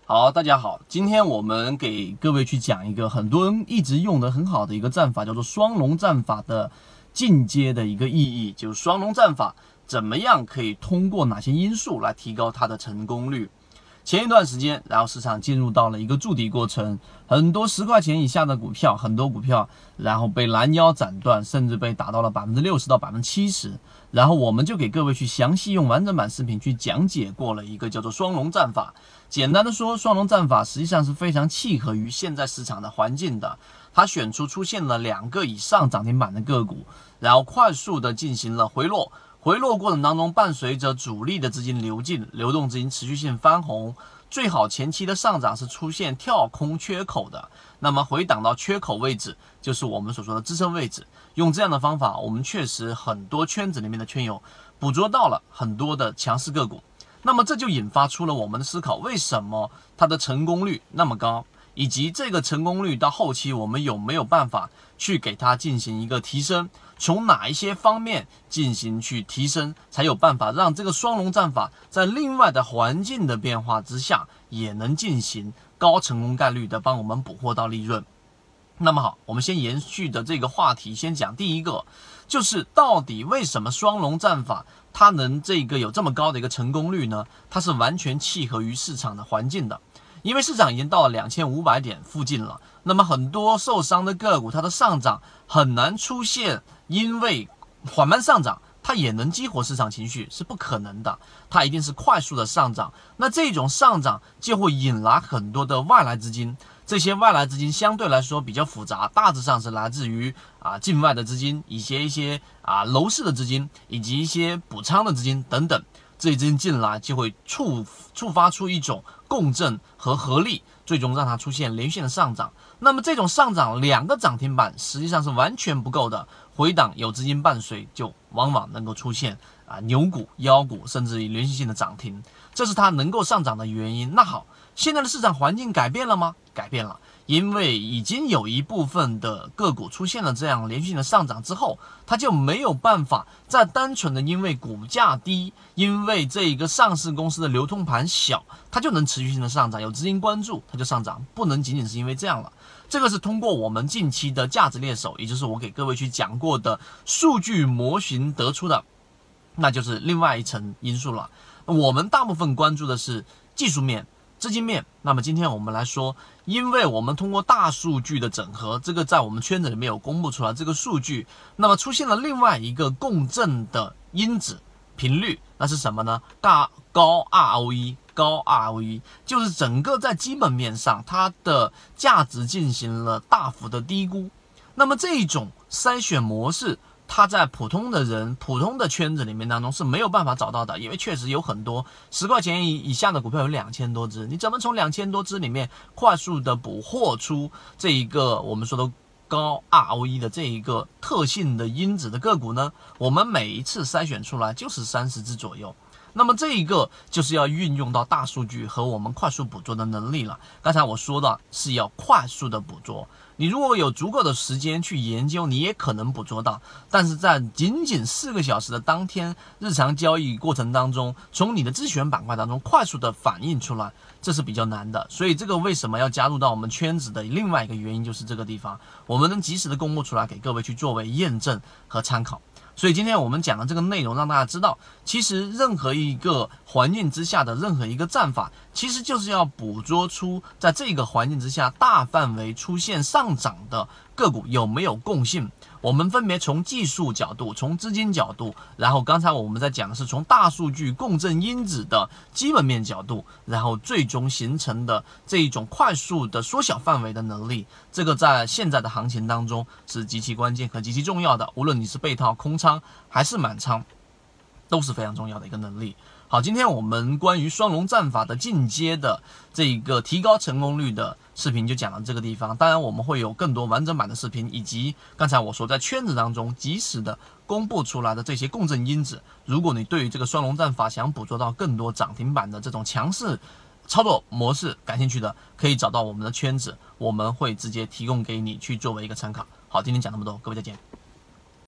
好，大家好，今天我们给各位去讲一个很多人一直用的很好的一个战法，叫做双龙战法的进阶的一个意义，就是双龙战法怎么样可以通过哪些因素来提高它的成功率。前一段时间，然后市场进入到了一个筑底过程，很多10块钱以下的股票，很多股票然后被拦腰斩断，甚至被打到了60%到70%，然后我们就给各位去详细用完整版视频去讲解过了一个叫做双龙战法。简单的说，双龙战法实际上是非常契合于现在市场的环境的，它选出现了2个以上涨停板的个股，然后快速的进行了回落。回落过程当中，伴随着主力的资金流进，流动资金持续性翻红，最好前期的上涨是出现跳空缺口的，那么回档到缺口位置就是我们所说的支撑位置。用这样的方法，我们确实很多圈子里面的圈友捕捉到了很多的强势个股，那么这就引发出了我们的思考，为什么它的成功率那么高，以及这个成功率到后期我们有没有办法去给它进行一个提升，从哪一些方面进行去提升，才有办法让这个双龙战法在另外的环境的变化之下也能进行高成功概率的帮我们捕获到利润。那么好，我们先延续的这个话题，先讲第一个，就是到底为什么双龙战法它能有这么高的一个成功率呢？它是完全契合于市场的环境的。因为市场已经到了2500点附近了，那么很多受伤的个股，它的上涨很难出现，因为缓慢上涨它也能激活市场情绪是不可能的，它一定是快速的上涨。那这种上涨就会引来很多的外来资金，这些外来资金相对来说比较复杂，大致上是来自于境外的资金，一些楼市的资金，以及一些补仓的资金等等。这些资金进来就会触发出一种共振和合力，最终让它出现连续的上涨。那么这种上涨2个涨停板实际上是完全不够的，回档有资金伴随，就往往能够出现牛股、妖股，甚至于连续性的涨停，这是它能够上涨的原因。那好，现在的市场环境改变了吗？改变了，因为已经有一部分的个股出现了这样连续性的上涨之后，它就没有办法再单纯的因为股价低，因为这个上市公司的流通盘小，它就能持续性的上涨，有资金关注它就上涨，不能仅仅是因为这样了。这个是通过我们近期的价值猎手，也就是我给各位去讲过的数据模型得出的，那就是另外一层因素了。我们大部分关注的是技术面、资金面。那么今天我们来说，因为我们通过大数据的整合，这个在我们圈子里面有公布出来这个数据，那么出现了另外一个共振的因子频率，那是什么呢？高 ROE， 高 ROE 就是整个在基本面上它的价值进行了大幅的低估。那么这种筛选模式，它在普通的圈子里面当中是没有办法找到的，因为确实有很多10块钱以下的股票有2000多只，你怎么从2000多只里面快速的捕获出这一个我们说的高 ROE 的这一个特性的因子的个股呢？我们每一次筛选出来就是30只左右。那么这一个就是要运用到大数据和我们快速捕捉的能力了。刚才我说的是要快速的捕捉，你如果有足够的时间去研究，你也可能捕捉到，但是在仅4个小时的当天日常交易过程当中，从你的自选板块当中快速的反映出来，这是比较难的。所以这个为什么要加入到我们圈子的另外一个原因就是这个地方，我们能及时的公布出来给各位去作为验证和参考。所以今天我们讲的这个内容让大家知道，其实任何一个环境之下的任何一个战法，其实就是要捕捉出在这个环境之下大范围出现上涨的个股有没有共性。我们分别从技术角度，从资金角度，然后刚才我们在讲的是从大数据共振因子的基本面角度，然后最终形成的这一种快速的缩小范围的能力，这个在现在的行情当中是极其关键和极其重要的，无论你是被套空仓还是满仓，都是非常重要的一个能力。好，今天我们关于双龙战法的进阶的这个提高成功率的视频就讲到这个地方。当然我们会有更多完整版的视频，以及刚才我说在圈子当中及时的公布出来的这些共振因子。如果你对于这个双龙战法想捕捉到更多涨停板的这种强势操作模式感兴趣的，可以找到我们的圈子，我们会直接提供给你去作为一个参考。好，今天讲那么多，各位再见。